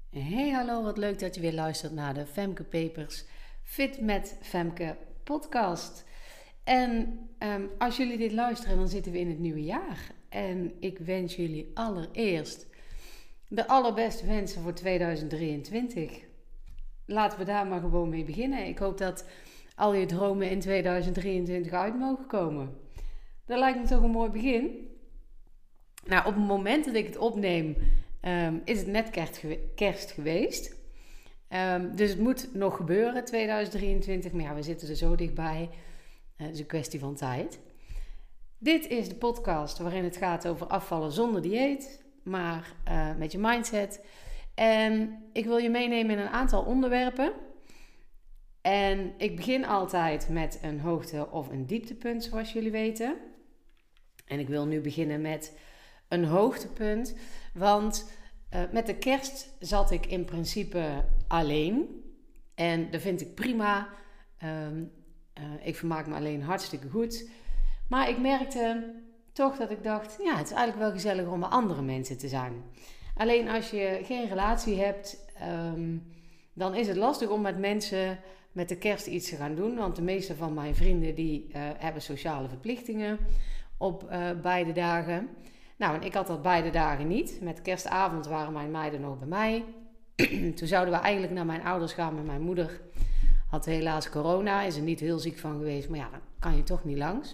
Hey hallo, wat leuk dat je weer luistert naar de Femke Papers Fit met Femke podcast. En als jullie dit luisteren, dan zitten we in het nieuwe jaar. En ik wens jullie allereerst de allerbeste wensen voor 2023. Laten we daar maar gewoon mee beginnen. Ik hoop dat al je dromen in 2023 uit mogen komen. Dat lijkt me toch een mooi begin. Nou, op het moment dat ik het opneem, is het net kerst geweest. Dus het moet nog gebeuren, 2023. Maar ja, we zitten er zo dichtbij. Het is een kwestie van tijd. Dit is de podcast waarin het gaat over afvallen zonder dieet, maar met je mindset. En ik wil je meenemen in een aantal onderwerpen. En ik begin altijd met een hoogte- of een dieptepunt, zoals jullie weten. En ik wil nu beginnen met een hoogtepunt, want met de kerst zat ik in principe alleen. En dat vind ik prima. Ik vermaak me alleen hartstikke goed. Maar ik merkte toch dat ik dacht, ja, het is eigenlijk wel gezellig om met andere mensen te zijn. Alleen als je geen relatie hebt, dan is het lastig om met mensen met de kerst iets te gaan doen. Want de meeste van mijn vrienden die hebben sociale verplichtingen op beide dagen. Nou, en ik had dat beide dagen niet. Met kerstavond waren mijn meiden nog bij mij. Toen zouden we eigenlijk naar mijn ouders gaan, maar mijn moeder had helaas corona. Is er niet heel ziek van geweest, maar ja, dan kan je toch niet langs.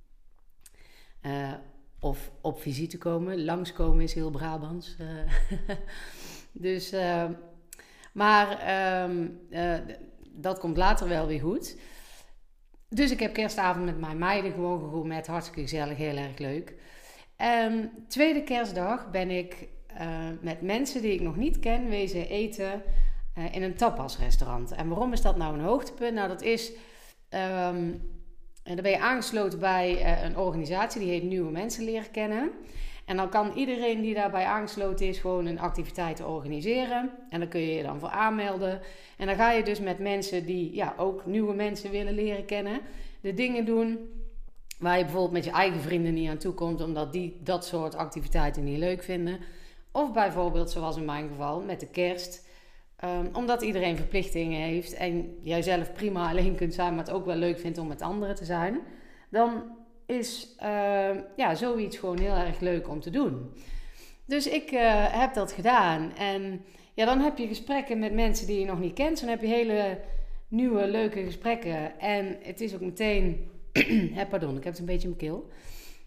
Of op visite komen. Langskomen is heel Brabants. Dus, dat komt later wel weer goed. Dus ik heb kerstavond met mijn meiden gewoon gegourmet. Hartstikke gezellig, heel erg leuk. Tweede kerstdag ben ik met mensen die ik nog niet ken wezen eten in een tapasrestaurant. En waarom is dat nou een hoogtepunt? Nou, dat is... dan ben je aangesloten bij een organisatie die heet Nieuwe Mensen Leren Kennen. En dan kan iedereen die daarbij aangesloten is gewoon een activiteit organiseren. En dan kun je je dan voor aanmelden. En dan ga je dus met mensen die ook nieuwe mensen willen leren kennen, de dingen doen waar je bijvoorbeeld met je eigen vrienden niet aan toe komt, omdat die dat soort activiteiten niet leuk vinden. Of bijvoorbeeld, zoals in mijn geval, met de kerst. Omdat iedereen verplichtingen heeft en jij zelf prima alleen kunt zijn, maar het ook wel leuk vindt om met anderen te zijn. Dan is zoiets gewoon heel erg leuk om te doen. Dus ik heb dat gedaan. En ja, dan heb je gesprekken met mensen die je nog niet kent. Dan heb je hele nieuwe, leuke gesprekken. En het is ook meteen... pardon, ik heb het een beetje in mijn keel.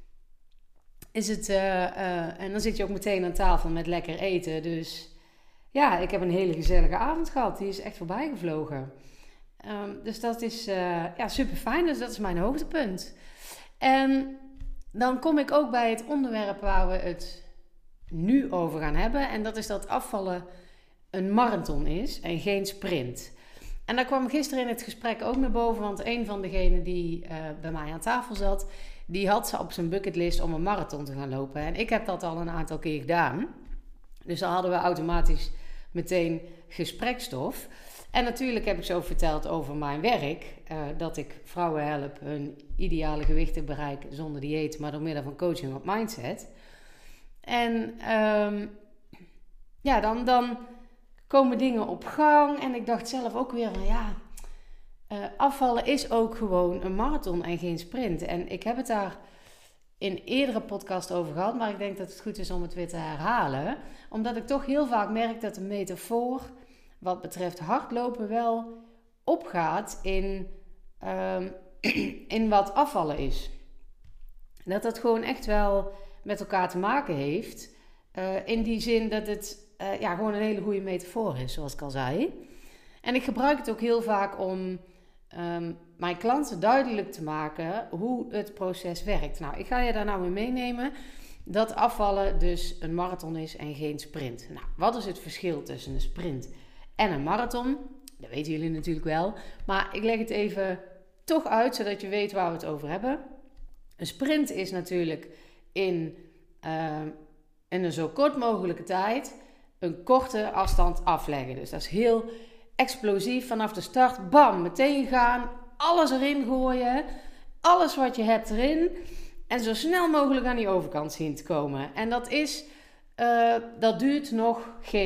En dan zit je ook meteen aan tafel met lekker eten. Dus ja, ik heb een hele gezellige avond gehad. Die is echt voorbij gevlogen. Dus dat is super fijn. Dus dat is mijn hoogtepunt. En dan kom ik ook bij het onderwerp waar we het nu over gaan hebben. En dat is dat afvallen een marathon is en geen sprint. En daar kwam gisteren in het gesprek ook naar boven. Want een van degenen die bij mij aan tafel zat, die had ze op zijn bucketlist om een marathon te gaan lopen. En ik heb dat al een aantal keer gedaan. Dus dan hadden we automatisch meteen gesprekstof. En natuurlijk heb ik zo verteld over mijn werk. Dat ik vrouwen help hun ideale gewicht te bereiken zonder dieet, maar door middel van coaching op mindset. En dan komen dingen op gang. En ik dacht zelf ook weer van afvallen is ook gewoon een marathon en geen sprint. En ik heb het daar in eerdere podcast over gehad, maar ik denk dat het goed is om het weer te herhalen. Omdat ik toch heel vaak merk dat de metafoor wat betreft hardlopen wel opgaat in wat afvallen is. Dat gewoon echt wel met elkaar te maken heeft. In die zin dat het gewoon een hele goede metafoor is, zoals ik al zei. En ik gebruik het ook heel vaak om mijn klanten duidelijk te maken hoe het proces werkt. Nou, ik ga je daar nou mee meenemen dat afvallen dus een marathon is en geen sprint. Nou, wat is het verschil tussen een sprint en een marathon? Dat weten jullie natuurlijk wel. Maar ik leg het even toch uit, zodat je weet waar we het over hebben. Een sprint is natuurlijk in een zo kort mogelijke tijd een korte afstand afleggen. Dus dat is heel explosief vanaf de start. Bam, meteen gaan. Alles erin gooien. Alles wat je hebt erin. En zo snel mogelijk aan die overkant zien te komen. En dat duurt nog geen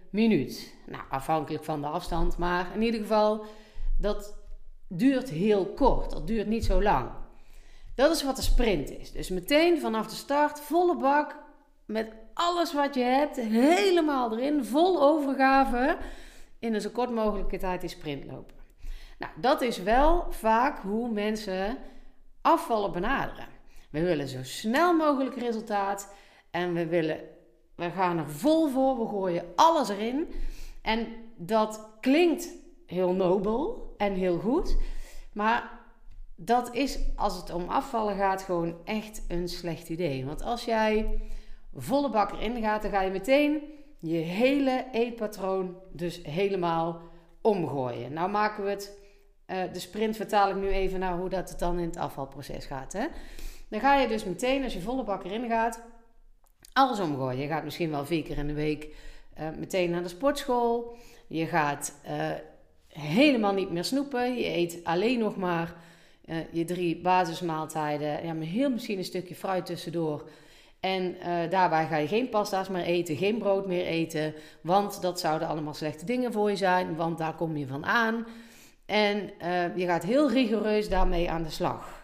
minuut. Nou, afhankelijk van de afstand, maar in ieder geval, dat duurt heel kort. Dat duurt niet zo lang. Dat is wat de sprint is. Dus meteen vanaf de start, volle bak, met alles wat je hebt, helemaal erin, vol overgave, in een zo kort mogelijke tijd die sprint lopen. Nou, dat is wel vaak hoe mensen afvallen benaderen. We willen zo snel mogelijk resultaat en we gaan er vol voor, we gooien alles erin. En dat klinkt heel nobel en heel goed, maar dat is, als het om afvallen gaat, gewoon echt een slecht idee. Want als jij volle bak erin gaat, dan ga je meteen je hele eetpatroon dus helemaal omgooien. Nou maken we het, de sprint vertaal ik nu even naar hoe dat het dan in het afvalproces gaat. Hè? Dan ga je dus meteen, als je volle bak erin gaat, alles omgooien. Je gaat misschien wel 4 keer in de week meteen naar de sportschool. Je gaat helemaal niet meer snoepen. Je eet alleen nog maar je 3 basismaaltijden. Ja, maar heel misschien een stukje fruit tussendoor. En daarbij ga je geen pasta's meer eten, geen brood meer eten. Want dat zouden allemaal slechte dingen voor je zijn. Want daar kom je van aan. En je gaat heel rigoureus daarmee aan de slag.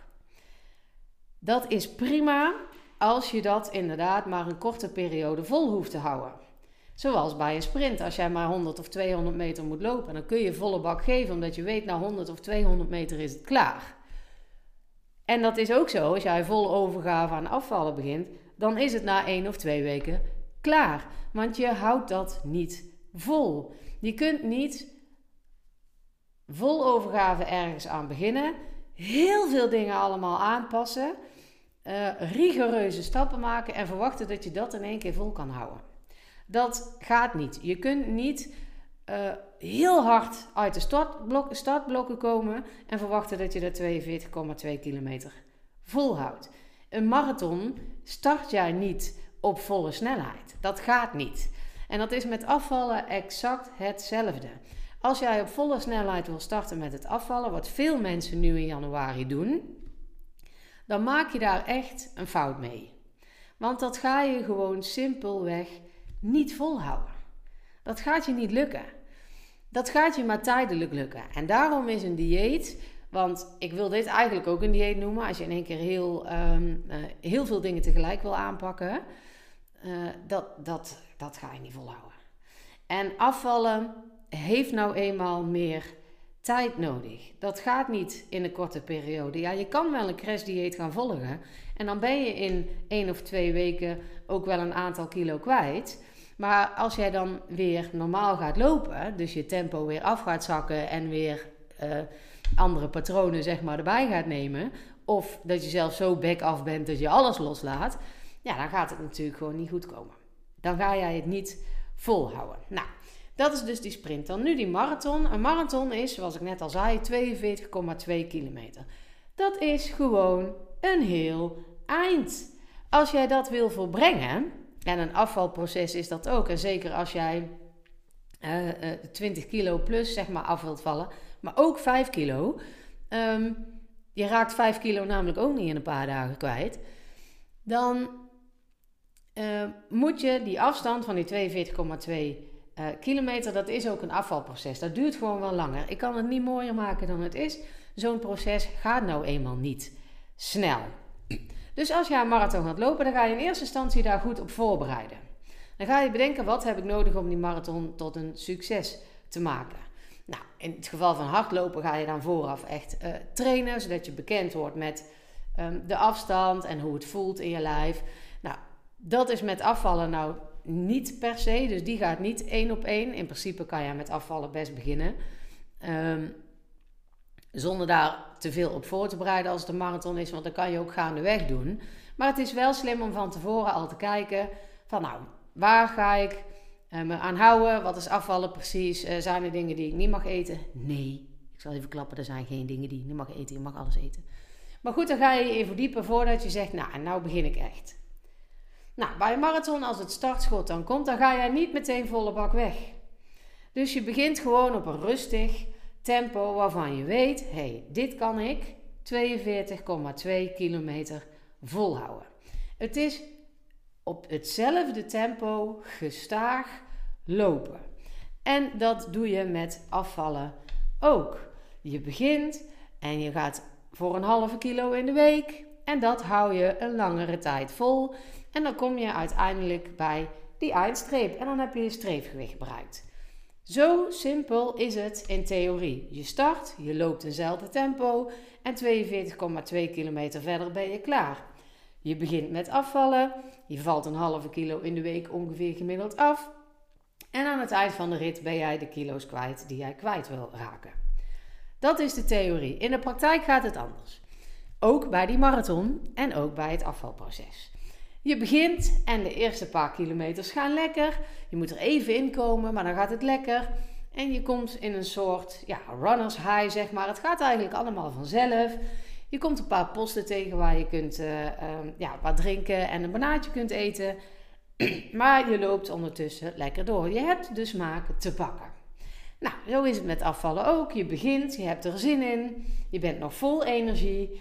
Dat is prima als je dat inderdaad maar een korte periode vol hoeft te houden. Zoals bij een sprint. Als jij maar 100 of 200 meter moet lopen, dan kun je volle bak geven, omdat je weet na 100 of 200 meter is het klaar. En dat is ook zo, als jij vol overgave aan afvallen begint, dan is het na 1 of 2 weken klaar. Want je houdt dat niet vol. Je kunt niet vol overgave ergens aan beginnen, heel veel dingen allemaal aanpassen, rigoureuze stappen maken en verwachten dat je dat in 1 keer vol kan houden. Dat gaat niet. Je kunt niet heel hard uit de startblokken komen en verwachten dat je dat 42,2 kilometer volhoudt. Een marathon start jij niet op volle snelheid. Dat gaat niet. En dat is met afvallen exact hetzelfde. Als jij op volle snelheid wil starten met het afvallen, wat veel mensen nu in januari doen, dan maak je daar echt een fout mee. Want dat ga je gewoon simpelweg niet volhouden. Dat gaat je niet lukken. Dat gaat je maar tijdelijk lukken. En daarom is een dieet, want ik wil dit eigenlijk ook een dieet noemen, als je in 1 keer heel veel dingen tegelijk wil aanpakken, dat ga je niet volhouden. En afvallen heeft nou eenmaal meer tijd nodig. Dat gaat niet in een korte periode. Ja, je kan wel een crashdieet gaan volgen en dan ben je in 1 of 2 weken ook wel een aantal kilo kwijt. Maar als jij dan weer normaal gaat lopen, dus je tempo weer af gaat zakken en weer andere patronen zeg maar erbij gaat nemen, of dat je zelf zo bek af bent dat je alles loslaat, ja, dan gaat het natuurlijk gewoon niet goed komen. Dan ga jij het niet volhouden. Nou, dat is dus die sprint. Dan nu die marathon. Een marathon is, zoals ik net al zei, 42,2 kilometer. Dat is gewoon een heel eind. Als jij dat wil volbrengen, en een afvalproces is dat ook, en zeker als jij 20 kilo plus zeg maar af wilt vallen, maar ook 5 kilo. Je raakt 5 kilo namelijk ook niet in een paar dagen kwijt. Dan moet je die afstand van die 42,2 kilometer, dat is ook een afvalproces. Dat duurt gewoon wel langer. Ik kan het niet mooier maken dan het is. Zo'n proces gaat nou eenmaal niet snel. Dus als je een marathon gaat lopen, dan ga je in eerste instantie daar goed op voorbereiden. Dan ga je bedenken, wat heb ik nodig om die marathon tot een succes te maken. Nou, in het geval van hardlopen ga je dan vooraf echt trainen, zodat je bekend wordt met de afstand en hoe het voelt in je lijf. Nou, dat is met afvallen nou niet per se, dus die gaat niet 1 op 1. In principe kan je met afvallen best beginnen. Zonder daar te veel op voor te bereiden als het een marathon is, want dan kan je ook gaandeweg doen. Maar het is wel slim om van tevoren al te kijken van nou, waar ga ik me aan houden? Wat is afvallen precies? Zijn er dingen die ik niet mag eten? Nee, ik zal even klappen, er zijn geen dingen die je niet mag eten. Je mag alles eten. Maar goed, dan ga je je even dieper voordat je zegt, nou begin ik echt. Nou, bij een marathon, als het startschot dan komt, dan ga jij niet meteen volle bak weg. Dus je begint gewoon op een rustig tempo waarvan je weet, dit kan ik 42,2 kilometer volhouden. Het is op hetzelfde tempo gestaag lopen. En dat doe je met afvallen ook. Je begint en je gaat voor een halve kilo in de week. En dat hou je een langere tijd vol. En dan kom je uiteindelijk bij die eindstreep. En dan heb je je streefgewicht bereikt. Zo simpel is het in theorie. Je start, je loopt eenzelfde tempo en 42,2 kilometer verder ben je klaar. Je begint met afvallen, je valt een halve kilo in de week ongeveer gemiddeld af. En aan het eind van de rit ben jij de kilo's kwijt die jij kwijt wil raken. Dat is de theorie. In de praktijk gaat het anders. Ook bij die marathon en ook bij het afvalproces. Je begint en de eerste paar kilometers gaan lekker. Je moet er even in komen, maar dan gaat het lekker. En je komt in een soort runners high, zeg maar. Het gaat eigenlijk allemaal vanzelf. Je komt een paar posten tegen waar je kunt wat drinken en een banaantje kunt eten. Maar je loopt ondertussen lekker door. Je hebt de smaak te pakken. Nou, zo is het met afvallen ook. Je begint, je hebt er zin in. Je bent nog vol energie.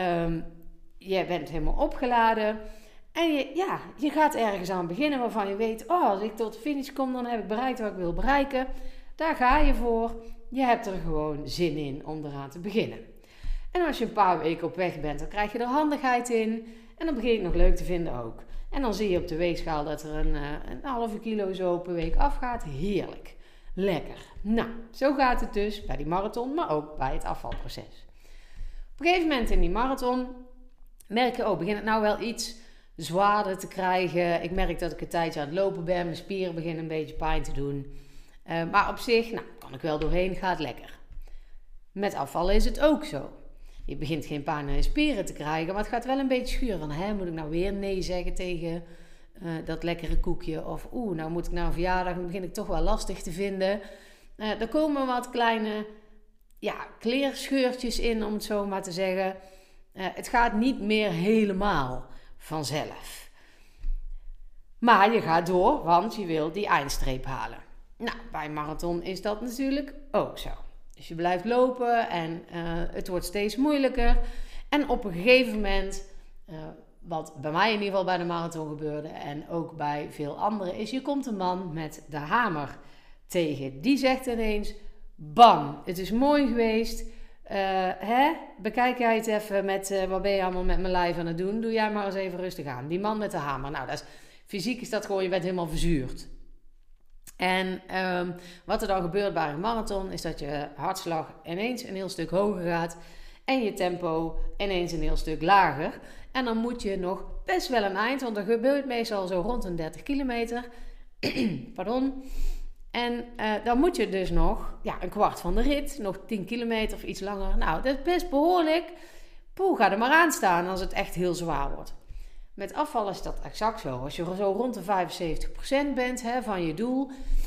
Je bent helemaal opgeladen. En je gaat ergens aan beginnen waarvan je weet... als ik tot de finish kom, dan heb ik bereikt wat ik wil bereiken. Daar ga je voor. Je hebt er gewoon zin in om eraan te beginnen. En als je een paar weken op weg bent, dan krijg je er handigheid in. En dan begin je het nog leuk te vinden ook. En dan zie je op de weegschaal dat er een halve kilo zo per week afgaat. Heerlijk. Lekker. Nou, zo gaat het dus bij die marathon, maar ook bij het afvalproces. Op een gegeven moment in die marathon merk je, begin het nou wel iets zwaarder te krijgen. Ik merk dat ik een tijdje aan het lopen ben. Mijn spieren beginnen een beetje pijn te doen. Maar op zich, kan ik wel doorheen, gaat lekker. Met afvallen is het ook zo. Je begint geen pijn in je spieren te krijgen, maar het gaat wel een beetje schuren. Van, moet ik nou weer nee zeggen tegen dat lekkere koekje? Of nou moet ik naar een verjaardag, dan begin ik toch wel lastig te vinden. Er komen wat kleine kleerscheurtjes in, om het zo maar te zeggen. Het gaat niet meer helemaal vanzelf. Maar je gaat door, want je wil die eindstreep halen. Nou, bij een marathon is dat natuurlijk ook zo. Dus je blijft lopen en het wordt steeds moeilijker. En op een gegeven moment, wat bij mij in ieder geval bij de marathon gebeurde en ook bij veel anderen, is je komt een man met de hamer tegen. Die zegt ineens, bam, het is mooi geweest. Bekijk jij het even met, wat ben je allemaal met mijn lijf aan het doen? Doe jij maar eens even rustig aan. Die man met de hamer, fysiek is dat gewoon, je bent helemaal verzuurd. En wat er dan gebeurt bij een marathon is dat je hartslag ineens een heel stuk hoger gaat en je tempo ineens een heel stuk lager. En dan moet je nog best wel een eind, want dat gebeurt meestal zo rond een 30 kilometer. Pardon. En dan moet je dus nog een kwart van de rit, nog 10 kilometer of iets langer. Nou, dat is best behoorlijk. Ga er maar aan staan als het echt heel zwaar wordt. Met afval is dat exact zo. Als je zo rond de 75% bent van je doel,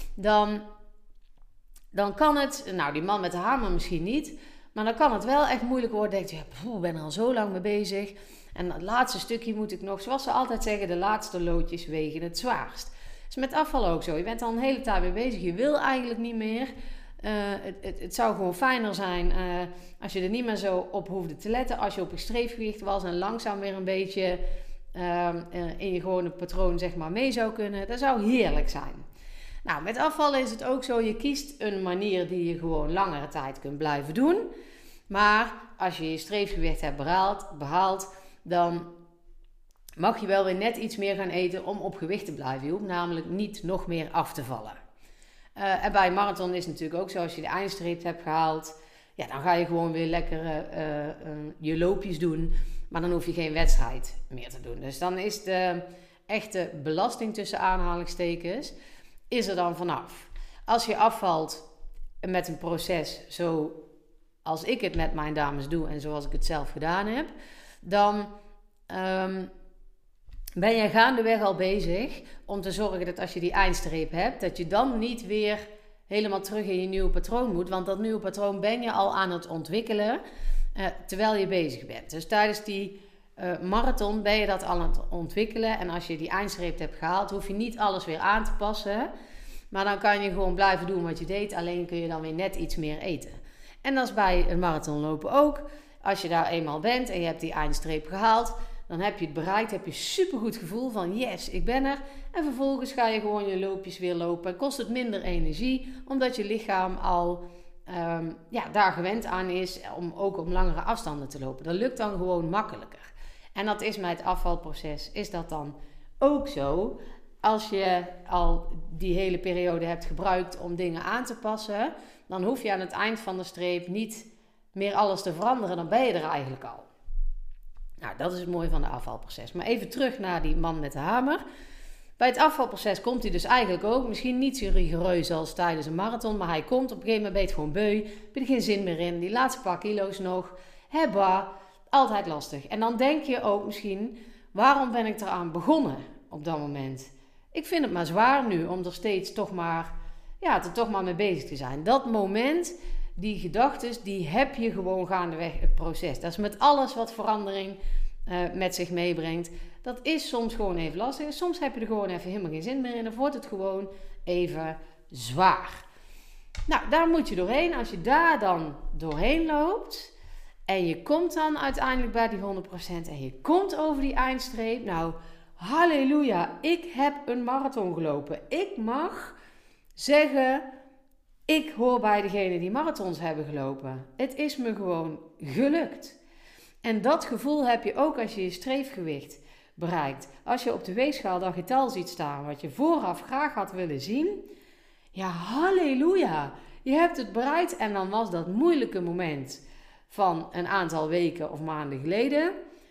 dan kan het, die man met de hamer misschien niet, maar dan kan het wel echt moeilijk worden. Denk je, ik ben er al zo lang mee bezig. En het laatste stukje moet ik nog, zoals ze altijd zeggen, de laatste loodjes wegen het zwaarst. Dus met afval ook zo. Je bent al een hele tijd mee bezig. Je wil eigenlijk niet meer. Het zou gewoon fijner zijn als je er niet meer zo op hoefde te letten. Als je op je streefgewicht was en langzaam weer een beetje in je gewone patroon zeg maar mee zou kunnen. Dat zou heerlijk zijn. Nou, met afvallen is het ook zo. Je kiest een manier die je gewoon langere tijd kunt blijven doen. Maar als je je streefgewicht hebt behaald, dan mag je wel weer net iets meer gaan eten om op gewicht te blijven. Je hoeft namelijk niet nog meer af te vallen. En bij een marathon is het natuurlijk ook zo. Als je de eindstreep hebt gehaald, dan ga je gewoon weer lekker je loopjes doen. Maar dan hoef je geen wedstrijd meer te doen. Dus dan is de echte belasting tussen aanhalingstekens is er dan vanaf. Als je afvalt met een proces zo als ik het met mijn dames doe en zoals ik het zelf gedaan heb, dan ben je gaandeweg al bezig om te zorgen dat als je die eindstreep hebt, dat je dan niet weer helemaal terug in je nieuwe patroon moet. Want dat nieuwe patroon ben je al aan het ontwikkelen terwijl je bezig bent. Dus tijdens die marathon ben je dat al aan het ontwikkelen. En als je die eindstreep hebt gehaald, hoef je niet alles weer aan te passen. Maar dan kan je gewoon blijven doen wat je deed. Alleen kun je dan weer net iets meer eten. En dat is bij een marathonlopen ook. Als je daar eenmaal bent en je hebt die eindstreep gehaald, Dan heb je het bereikt, heb je een supergoed gevoel van yes, ik ben er. En vervolgens ga je gewoon je loopjes weer lopen. En kost het minder energie, omdat je lichaam al daar gewend aan is om langere afstanden te lopen. Dat lukt dan gewoon makkelijker. En dat is met het afvalproces, is dat dan ook zo. Als je al die hele periode hebt gebruikt om dingen aan te passen, dan hoef je aan het eind van de streep niet meer alles te veranderen. Dan ben je er eigenlijk al. Nou, dat is het mooie van het afvalproces. Maar even terug naar die man met de hamer. Bij het afvalproces komt hij dus eigenlijk ook, misschien niet zo rigoureus als tijdens een marathon, maar hij komt op een gegeven moment, ben je het gewoon beu, heb je er geen zin meer in, die laatste paar kilo's nog, altijd lastig. En dan denk je ook misschien, waarom ben ik eraan begonnen op dat moment? Ik vind het maar zwaar nu om er steeds toch maar mee bezig te zijn. Dat moment, die gedachtes, die heb je gewoon gaandeweg het proces. Dat is met alles wat verandering met zich meebrengt. Dat is soms gewoon even lastig. Soms heb je er gewoon even helemaal geen zin meer in. Dan wordt het gewoon even zwaar. Nou, daar moet je doorheen. Als je daar dan doorheen loopt en je komt dan uiteindelijk bij die 100% en je komt over die eindstreep. Nou, halleluja, ik heb een marathon gelopen. Ik mag zeggen, ik hoor bij degenen die marathons hebben gelopen. Het is me gewoon gelukt. En dat gevoel heb je ook als je je streefgewicht bereikt. Als je op de weegschaal dat getal ziet staan wat je vooraf graag had willen zien. Ja, halleluja. Je hebt het bereikt en dan was dat moeilijke moment van een aantal weken of maanden geleden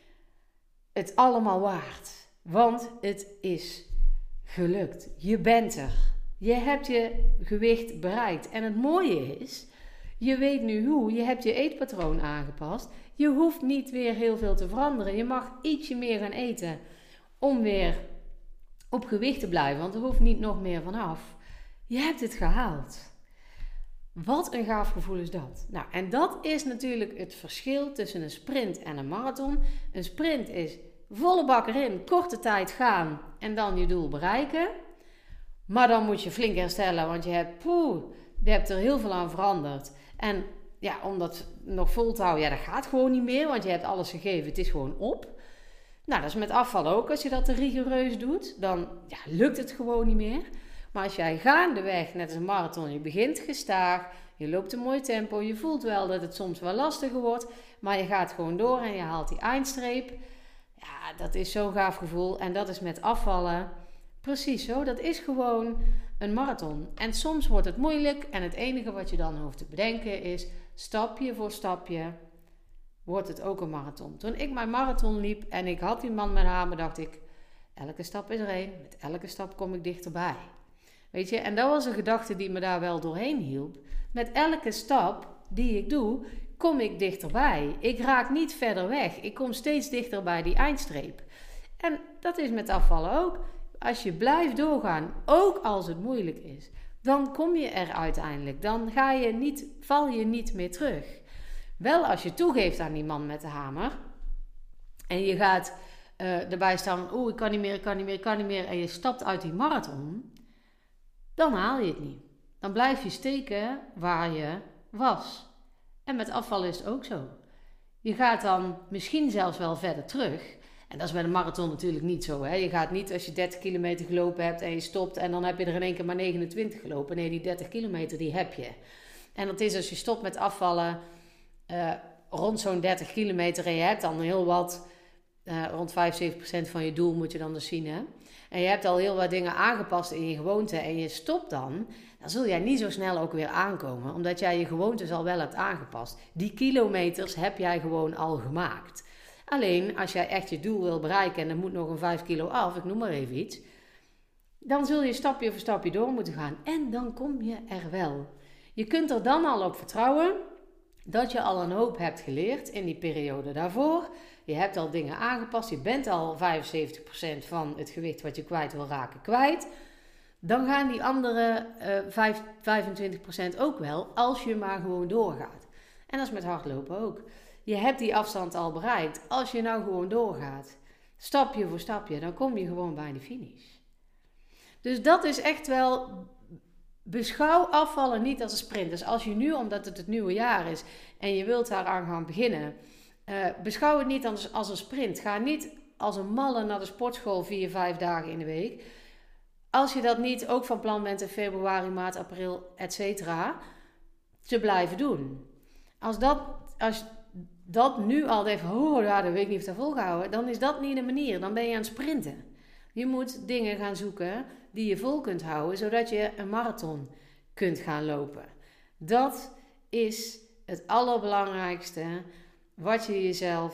het allemaal waard. Want het is gelukt. Je bent er. Je hebt je gewicht bereikt. En het mooie is, je weet nu hoe. Je hebt je eetpatroon aangepast. Je hoeft niet weer heel veel te veranderen. Je mag ietsje meer gaan eten om weer op gewicht te blijven. Want er hoeft niet nog meer vanaf. Je hebt het gehaald. Wat een gaaf gevoel is dat. Nou, en dat is natuurlijk het verschil tussen een sprint en een marathon. Een sprint is volle bak erin, korte tijd gaan en dan je doel bereiken. Maar dan moet je flink herstellen, want je hebt er heel veel aan veranderd. En ja, om dat nog vol te houden, dat gaat gewoon niet meer, want je hebt alles gegeven, het is gewoon op. Nou, dat is met afvallen ook. Als je dat te rigoureus doet, dan lukt het gewoon niet meer. Maar als jij gaandeweg, net als een marathon, je begint gestaag, je loopt een mooi tempo, je voelt wel dat het soms wel lastiger wordt, maar je gaat gewoon door en je haalt die eindstreep. Ja, dat is zo'n gaaf gevoel. En dat is met afvallen precies zo. Dat is gewoon een marathon. En soms wordt het moeilijk en het enige wat je dan hoeft te bedenken is, stapje voor stapje wordt het ook een marathon. Toen ik mijn marathon liep en ik had die man met hamer, dacht ik, elke stap is er één. Met elke stap kom ik dichterbij. Weet je, en dat was een gedachte die me daar wel doorheen hielp. Met elke stap die ik doe, kom ik dichterbij. Ik raak niet verder weg. Ik kom steeds dichter bij die eindstreep. En dat is met afvallen ook. Als je blijft doorgaan, ook als het moeilijk is, dan kom je er uiteindelijk. Dan val je niet meer terug. Wel als je toegeeft aan die man met de hamer en je gaat erbij staan, ik kan niet meer en je stapt uit die marathon, dan haal je het niet. Dan blijf je steken waar je was. En met afvallen is het ook zo. Je gaat dan misschien zelfs wel verder terug. En dat is bij de marathon natuurlijk niet zo. Hè? Je gaat niet als je 30 kilometer gelopen hebt en je stopt en dan heb je er in één keer maar 29 gelopen. Nee, die 30 kilometer die heb je. En dat is als je stopt met afvallen rond zo'n 30 kilometer en je hebt dan heel wat, rond 75% van je doel moet je dan dus zien. Hè? En je hebt al heel wat dingen aangepast in je gewoonte en je stopt dan zul jij niet zo snel ook weer aankomen. Omdat jij je gewoontes al wel hebt aangepast. Die kilometers heb jij gewoon al gemaakt. Alleen als jij echt je doel wil bereiken en er moet nog een 5 kilo af, ik noem maar even iets, dan zul je stapje voor stapje door moeten gaan. En dan kom je er wel. Je kunt er dan al op vertrouwen dat je al een hoop hebt geleerd in die periode daarvoor. Je hebt al dingen aangepast. Je bent al 75% van het gewicht wat je kwijt wil raken kwijt. Dan gaan die andere 25% ook wel, als je maar gewoon doorgaat. En dat is met hardlopen ook. Je hebt die afstand al bereikt. Als je nou gewoon doorgaat, stapje voor stapje, dan kom je gewoon bij de finish. Dus dat is echt wel, beschouw afvallen niet als een sprint. Dus als je nu, omdat het nieuwe jaar is en je wilt daaraan gaan beginnen, beschouw het niet als een sprint. Ga niet als een malle naar de sportschool 4-5 dagen in de week. Als je dat niet ook van plan bent in februari, maart, april, etc. te blijven doen. Als dat nu al denkt, dat weet ik niet of dat volgehouden, dan is dat niet de manier. Dan ben je aan het sprinten. Je moet dingen gaan zoeken die je vol kunt houden, zodat je een marathon kunt gaan lopen. Dat is het allerbelangrijkste wat je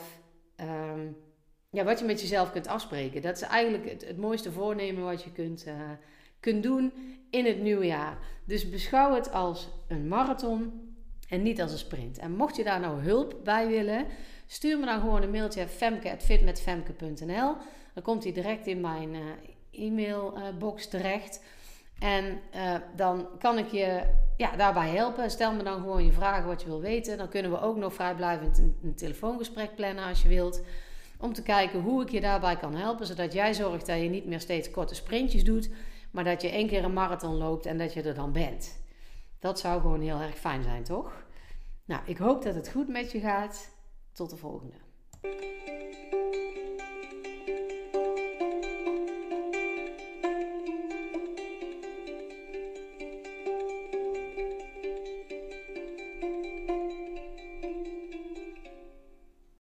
met jezelf kunt afspreken. Dat is eigenlijk het mooiste voornemen wat je kunt doen in het nieuwe jaar. Dus beschouw het als een marathon en niet als een sprint. En mocht je daar nou hulp bij willen, stuur me dan gewoon een mailtje femke@fitmetfemke.nl. Dan komt hij direct in mijn e-mailbox terecht. En dan kan ik je daarbij helpen. Stel me dan gewoon je vragen wat je wil weten. Dan kunnen we ook nog vrijblijvend een telefoongesprek plannen als je wilt. Om te kijken hoe ik je daarbij kan helpen. Zodat jij zorgt dat je niet meer steeds korte sprintjes doet. Maar dat je 1 keer een marathon loopt en dat je er dan bent. Dat zou gewoon heel erg fijn zijn, toch? Nou, ik hoop dat het goed met je gaat. Tot de volgende.